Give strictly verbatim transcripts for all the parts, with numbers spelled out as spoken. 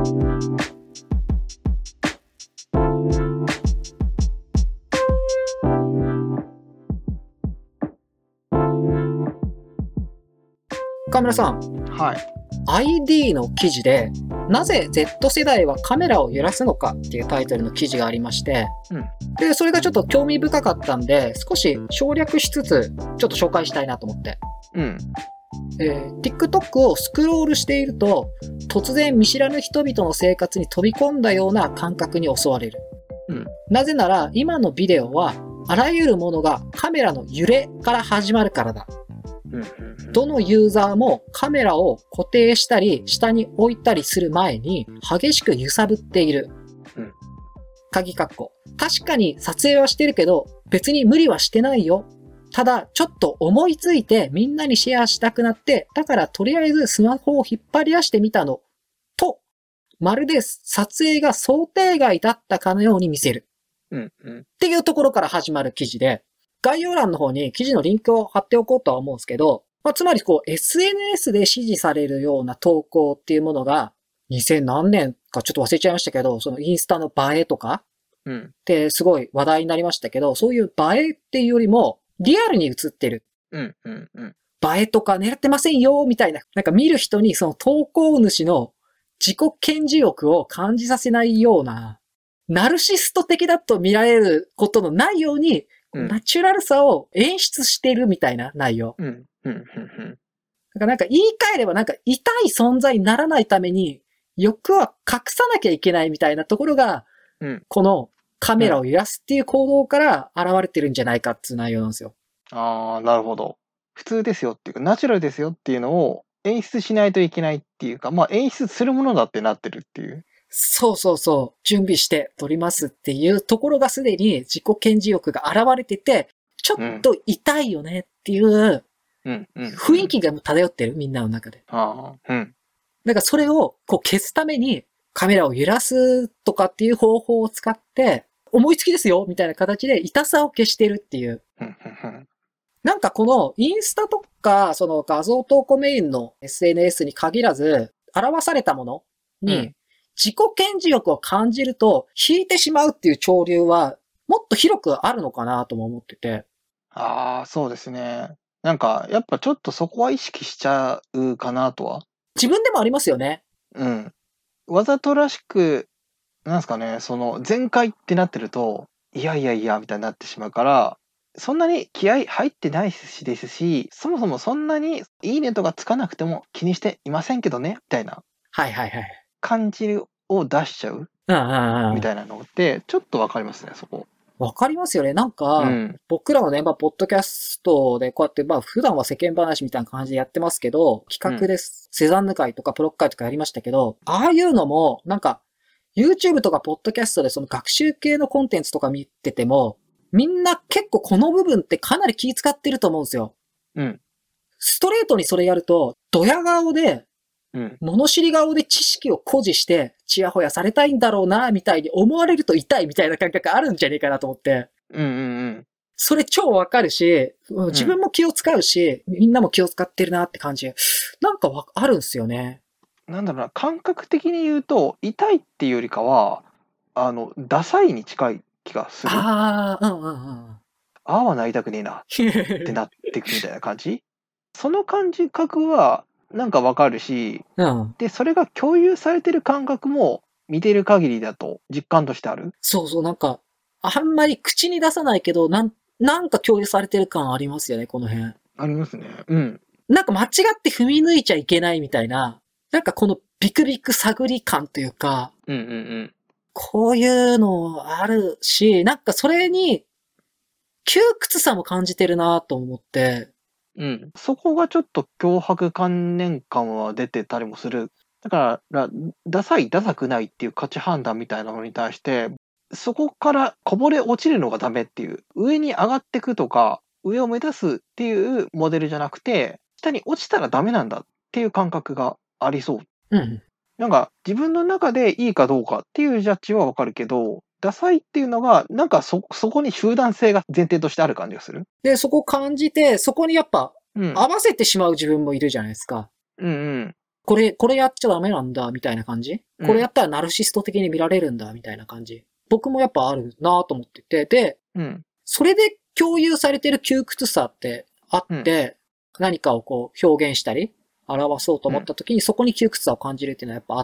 川村さん。 はい。 アイディー の記事で、なぜ Z 世代はカメラを揺らすのかっていうタイトルの記事がありまして、うん、で、それがちょっと興味深かったんで、少し省略しつつ、ちょっと紹介したいなと思って。うん。えー、TikTok をスクロールしていると、突然見知らぬ人々の生活に飛び込んだような感覚に襲われる。うん。なぜなら、今のビデオは、あらゆるものがカメラの揺れから始まるからだ。どのユーザーもカメラを固定したり下に置いたりする前に激しく揺さぶっている。うん、鍵括弧。確かに撮影はしてるけど別に無理はしてないよ。ただちょっと思いついてみんなにシェアしたくなってだからとりあえずスマホを引っ張り出してみたの。と、まるで撮影が想定外だったかのように見せる。うんうん、っていうところから始まる記事で、概要欄の方に記事のリンクを貼っておこうとは思うんですけど、まあ、つまりこう エスエヌエス で支持されるような投稿っていうものがにせん何年かちょっと忘れちゃいましたけど、そのインスタの映えとかってすごい話題になりましたけど、そういう映えっていうよりもリアルに映ってる。うんうんうん、映えとか狙ってませんよみたいな、なんか見る人にその投稿主の自己顕示欲を感じさせないような、ナルシスト的だと見られることのないように、うん、ナチュラルさを演出してるみたいな内容。うんうんうんうん、だからなんか言い換えればなんか痛い存在にならないために欲は隠さなきゃいけないみたいなところが、うん、このカメラを揺らすっていう行動から現れてるんじゃないかっていう内容なんですよ。 ああ、なるほど。普通ですよっていうかナチュラルですよっていうのを演出しないといけないっていうか、まあ演出するものだってなってるっていう。 そうそうそう。準備して撮りますっていうところがすでに自己顕示欲が現れてて、ちょっと痛いよねっていう雰囲気が漂ってる、みんなの中で。ああ、うん。だからそれをこう消すためにカメラを揺らすとかっていう方法を使って、思いつきですよみたいな形で痛さを消してるっていう。なんかこのインスタとかその画像投稿メインの エスエヌエス に限らず、表されたものに、うん、自己顕示欲を感じると引いてしまうっていう潮流はもっと広くあるのかなとも思ってて。 ああ、そうですね。なんかやっぱちょっとそこは意識しちゃうかなとは。 自分でもありますよね。 うん。わざとらしく、なんすかね、その全開ってなってると、いやいやいやみたいになってしまうから、そんなに気合入ってないしですし、そもそもそんなにいいねとかつかなくても気にしていませんけどね、みたいな。 はいはいはい。 感じを出しちゃうみたいなのってちょっとわかりますね、そこ。 わかりますよね。なんか、うん、僕らのね、まあ、ポッドキャストでこうやって、まあ、普段は世間話みたいな感じでやってますけど、企画です。うん、セザンヌ会とかプロック会とかやりましたけど、ああいうのも、なんか、YouTube とかポッドキャストでその学習系のコンテンツとか見てても、みんな結構この部分ってかなり気遣ってると思うんですよ。うん。ストレートにそれやると、ドヤ顔で、うん、物知り顔で知識を誇示して、チヤホヤされたいんだろうな、みたいに思われると痛いみたいな感覚あるんじゃねえかなと思って。うんうんうん。それ超わかるし、自分も気を使うし、うん、みんなも気を使ってるなって感じ。なんかわあるんすよね。 なんだろうな、感覚的に言うと、痛いっていうよりかは、あの、ダサいに近い気がする。 ああ、うんうんうん。 ああはなりたくねえな。ってなってくみたいな感じその感じ覚は、なんかわかるし、うん、で、それが共有されてる感覚も見てる限りだと実感としてある。 そうそう、なんか、あんまり口に出さないけど、なん、なんか共有されてる感ありますよね、この辺。 ありますね。うん。 なんか間違って踏み抜いちゃいけないみたいな、なんかこのビクビク探り感というか、うんうんうん。こういうのあるし、なんかそれに、窮屈さも感じてるなと思って、 うん。そこがちょっと強迫観念感は出てたりもする。だから、ダサい、ダサくないっていう価値判断みたいなのに対して、そこからこぼれ落ちるのがダメっていう、上に上がってくとか、上を目指すっていうモデルじゃなくて、下に落ちたらダメなんだっていう感覚がありそう。うん。なんか、自分の中でいいかどうかっていうジャッジはわかるけど、ダサいっていうのが、なんかそ、そこに集団性が前提としてある感じがする。 で、そこを感じて、そこにやっぱ、合わせてしまう自分もいるじゃないですか。うんうん。 これ、これやっちゃダメなんだ、みたいな感じ、うん、これやったらナルシスト的に見られるんだ、みたいな感じ。僕もやっぱあるなと思ってて、で、うん、それで共有されてる窮屈さってあって、うん、何かをこう表現したり、表そうと思った時にそこに窮屈さを感じるっていうのはやっぱあって、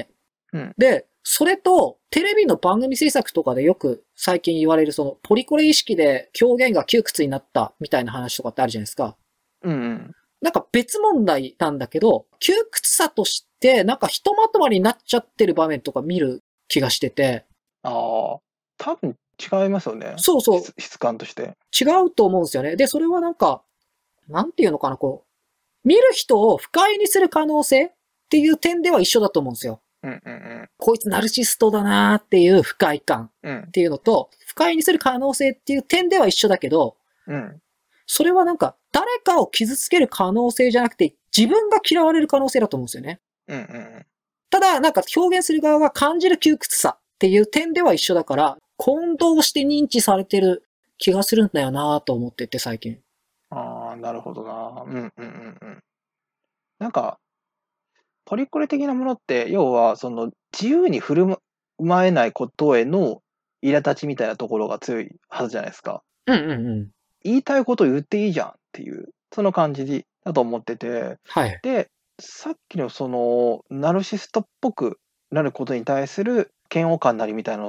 うん、で、それとテレビの番組制作とかでよく最近言われるそのポリコレ意識で表現が窮屈になったみたいな話とかってあるじゃないですか。うんうん、なんか別問題なんだけど、窮屈さとしてなんかひとまとまりになっちゃってる場面とか見る気がしてて。 ああ、多分違いますよね。 そうそう。 質感として。 違うと思うんですよね。で、それはなんか、なんていうのかな、こう、見る人を不快にする可能性っていう点では一緒だと思うんですよ。うんうんうん、こいつナルシストだなーっていう不快感っていうのと、うん、不快にする可能性っていう点では一緒だけど、うん、それはなんか誰かを傷つける可能性じゃなくて自分が嫌われる可能性だと思うんですよね。うんうん、ただなんか表現する側が感じる窮屈さっていう点では一緒だから、混同して認知されてる気がするんだよなと思ってて最近。 ああ、なるほどな。うんうんうんうん。なんか、ポリコレ的なものって、要は、その、自由に振る舞えないことへの苛立ちみたいなところが強いはずじゃないですか。 うんうんうん。 言いたいことを言っていいじゃんっていう、その感じだと思ってて。 はい。 で、さっきのその、ナルシストっぽくなることに対する嫌悪感なりみたいなのって、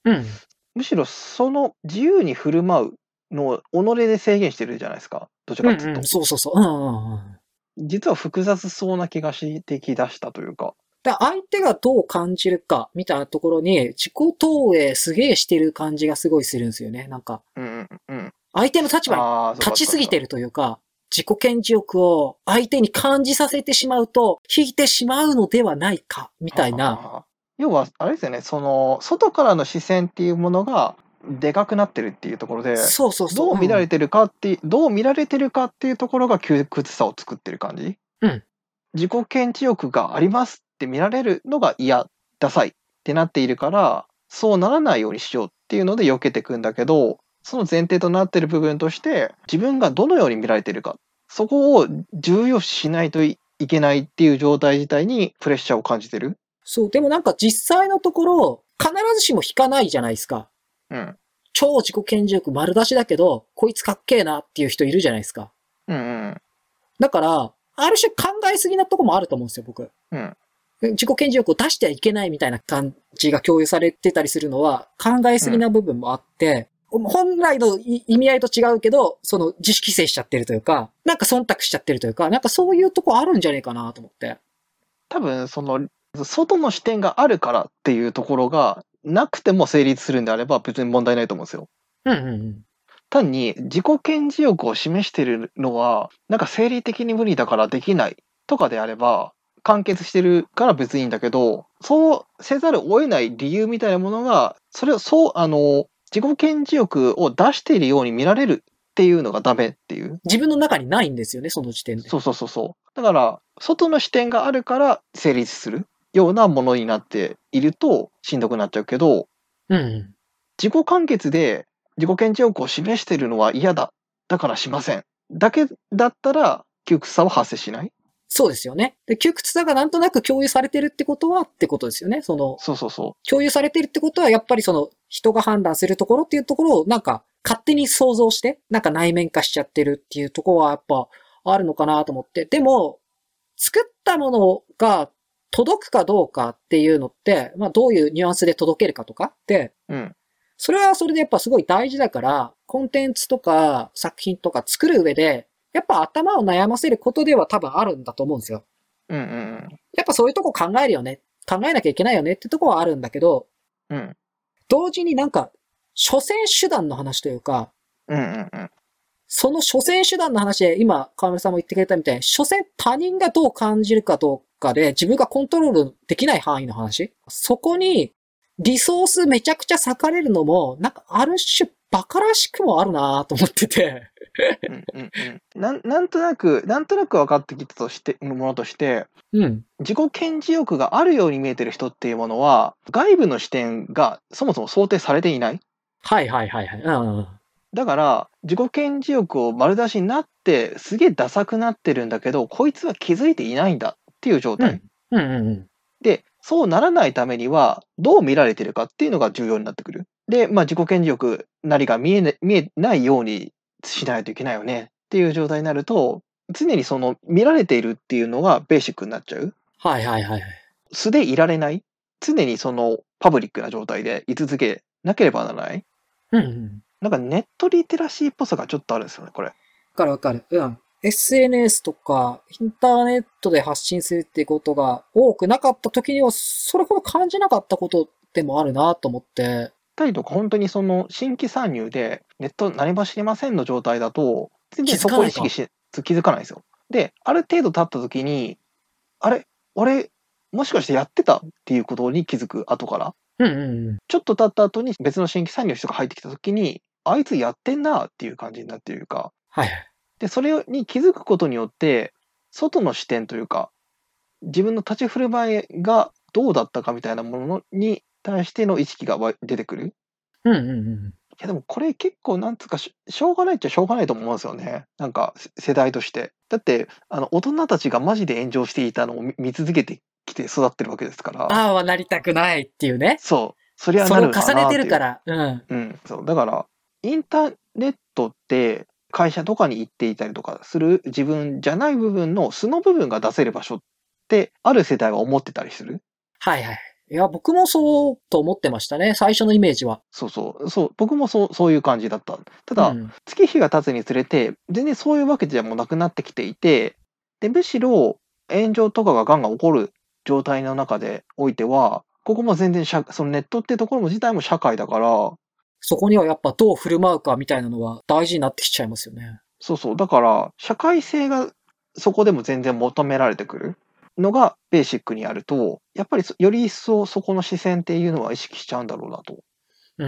うん、むしろその自由に振る舞うのを己で制限してるじゃないですか。どちらかっていうと。 うんうん、そうそうそう。うんうんうん。 実は複雑そうな気がしてきだしたというか。 だ相手がどう感じるかみたいなところに自己投影すげえしてる感じがすごいするんですよね。なんか。うんうん。相手の立場に立ちすぎてるというか、自己顕示欲を相手に感じさせてしまうと引いてしまうのではないかみたいな。 要は、あれですよね、その、外からの視線っていうものがでかくなってるっていうところで、 そうそうそう。 どう見られてるかって、うん、どう見られてるかっていうところが窮屈さを作ってる感じ。うん。自己顕示欲がありますって見られるのが嫌、ダサいってなっているから、そうならないようにしようっていうので避けていくんだけど、その前提となっている部分として、自分がどのように見られているか、そこを重要視しないといけないっていう状態自体にプレッシャーを感じてる。 そう、でもなんか実際のところ、必ずしも引かないじゃないですか。うん。超自己顕示欲丸出しだけど、こいつかっけえなっていう人いるじゃないですか。うんうん。だから、ある種考えすぎなとこもあると思うんですよ、僕。うん。自己顕示欲を出してはいけないみたいな感じが共有されてたりするのは、考えすぎな部分もあって、うん、本来の意味合いと違うけど、その自主規制しちゃってるというか、なんか忖度しちゃってるというか、なんかそういうとこあるんじゃねえかなと思って。 多分、その、外の視点があるからっていうところがなくても成立するんであれば別に問題ないと思うんですよ。うんうんうん。単に自己顕示欲を示しているのはなんか生理的に無理だからできないとかであれば完結してるから別にいいんだけど、そうせざるを得ない理由みたいなものがそれをそうあの自己顕示欲を出しているように見られるっていうのがダメっていう。 自分の中にないんですよね、その時点で。 そうそうそうそう。だから外の視点があるから成立するようなものになっているとしんどくなっちゃうけど、うん、自己完結で自己顕示欲を示しているのは嫌だ。だからしません。だけだったら窮屈さは発生しない。 そうですよね。で、窮屈さがなんとなく共有されてるってことはってことですよね。その、 そうそうそう。 共有されてるってことはやっぱりその人が判断するところっていうところをなんか勝手に想像して、なんか内面化しちゃってるっていうところはやっぱあるのかなと思って。でも、作ったものが届くかどうかっていうのって、まあどういうニュアンスで届けるかとかって、うん。それはそれでやっぱすごい大事だから、コンテンツとか作品とか作る上で、やっぱ頭を悩ませることでは多分あるんだと思うんですよ。うんうんうん。やっぱそういうとこ考えるよね。考えなきゃいけないよねってとこはあるんだけど、うん。同時になんか、所詮手段の話というか、うんうんうん。その所詮手段の話で、今、河村さんも言ってくれたみたいに、所詮他人がどう感じるかどうかで、自分がコントロールできない範囲の話。そこに、リソースめちゃくちゃ割かれるのも、なんかある種馬鹿らしくもあるなと思ってて。 うんうんうん、なん、なんとなく、なんとなく分かってきたとして、ものとして、うん、自己顕示欲があるように見えてる人っていうものは、外部の視点がそもそも想定されていない。 はいはいはいはい。うん、 だから、自己顕示欲を丸出しになって、すげえダサくなってるんだけど、こいつは気づいていないんだっっていう状態。 うん。うんうんうん。 で、そうならないためには、どう見られてるかっていうのが重要になってくる。で、まあ、自己顕示欲なりが見えね見えないようにしないといけないよねっていう状態になると、常にその見られているっていうのがベーシックになっちゃう。 はいはいはいはい。 素でいられない。常にそのパブリックな状態で居続けなければならない。 うんうん。 なんかネットリテラシーっぽさがちょっとあるんですよね、これ。 わかるわかる。うん。エスエヌエス とか、インターネットで発信するっていうことが多くなかった時には、それほど感じなかったことでもあるなと思って。 たりとか、本当にその新規参入で、ネット何も知りませんの状態だと、全然そこを意識し、気づかないんですよ。で、ある程度経った時に、あれ俺、もしかしてやってたっていうことに気づく、後から。 うんうんうん。 ちょっと経った後に別の新規参入の人が入ってきた時に、あいつやってんなっていう感じになっているか。 はいはい。 で、それに気づくことによって、外の視点というか、自分の立ち振る舞いがどうだったかみたいなものに対しての意識が出てくる。 うんうんうん。 いやでもこれ結構なんつうかし、しょうがないっちゃしょうがないと思うんですよね。なんか世代として。だって、あの、大人たちがマジで炎上していたのを見見続けてきて育ってるわけですから。 ああはなりたくないっていうね。 そう。そりゃなるかなっていう。 それを重ねてるから。うん。 うん。そう。だから、インターネットって会社とかに行っていたりとかする自分じゃない部分の素の部分が出せる場所ってある世代は思ってたりする。 はいはい。いや、僕もそうと思ってましたね。最初のイメージは。 そうそう。そう。僕もそう、そういう感じだった。ただ、 うん、 月日が経つにつれて、全然そういうわけじゃもうなくなってきていて、で、むしろ炎上とかがガンガン起こる状態の中でおいては、ここも全然社、そのネットってところも自体も社会だから、 そこにはやっぱどう振る舞うかみたいなのは大事になってきちゃいますよね。 そうそう。だから、社会性がそこでも全然求められてくるのがベーシックにあると、やっぱりより一層そこの視線っていうのは意識しちゃうんだろうなと。 うん。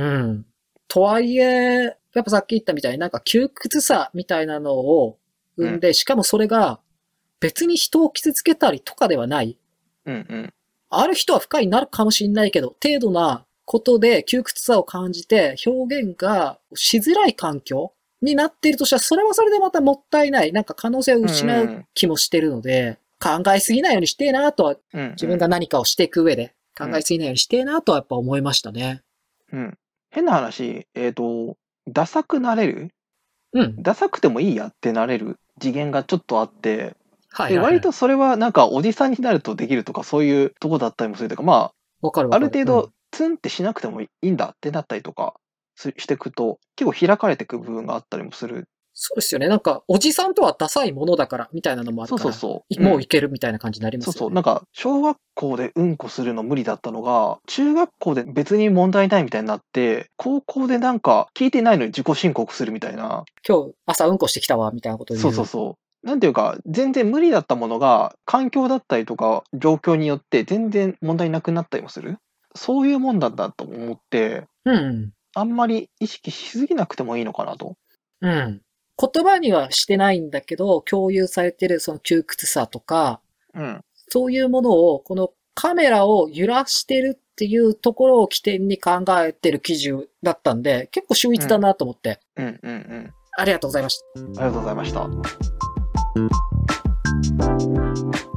とはいえ、やっぱさっき言ったみたいになんか窮屈さみたいなのを生んで、うん、しかもそれが別に人を傷つけたりとかではない。 うんうん。 ある人は不快になるかもしれないけど、程度なことで窮屈さを感じて表現がしづらい環境になっているとしたら、それはそれでまたもったいない、なんか可能性を失う気もしてるので、うんうん、考えすぎないようにしてえなとは、うんうん、自分が何かをしていく上で考えすぎないようにしてえなとはやっぱ思いましたね。 うん。変な話、えっと、ダサくなれる、 うん。 ダサくてもいいやってなれる次元がちょっとあって、 はいはいはい、 で割とそれはなんかおじさんになるとできるとかそういうとこだったりもするというか、まあ、 わかるわかる、 ある程度ツンってしなくてもいいんだってなったりとかしていくと、結構開かれていく部分があったりもする。 そうですよね。なんか、おじさんとはダサいものだから、みたいなのもあるから。そうそうそう。うん、もういけるみたいな感じになりますよね。 そうそう。なんか、小学校でうんこするの無理だったのが、中学校で別に問題ないみたいになって、高校でなんか聞いてないのに自己申告するみたいな。 今日朝うんこしてきたわ、みたいなことを言う。 そうそうそう。なんていうか、全然無理だったものが、環境だったりとか、状況によって全然問題なくなったりもする。そういうもんだったと思って、 うん。 あんまり意識しすぎなくてもいいのかなと。 うん。言葉にはしてないんだけど、共有されてるその窮屈さとか、 うん。 そういうものを、このカメラを揺らしてるっていうところを起点に考えてる記事だったんで、結構秀逸だなと思って。 うん、うん、うんうん。 ありがとうございました。 ありがとうございました。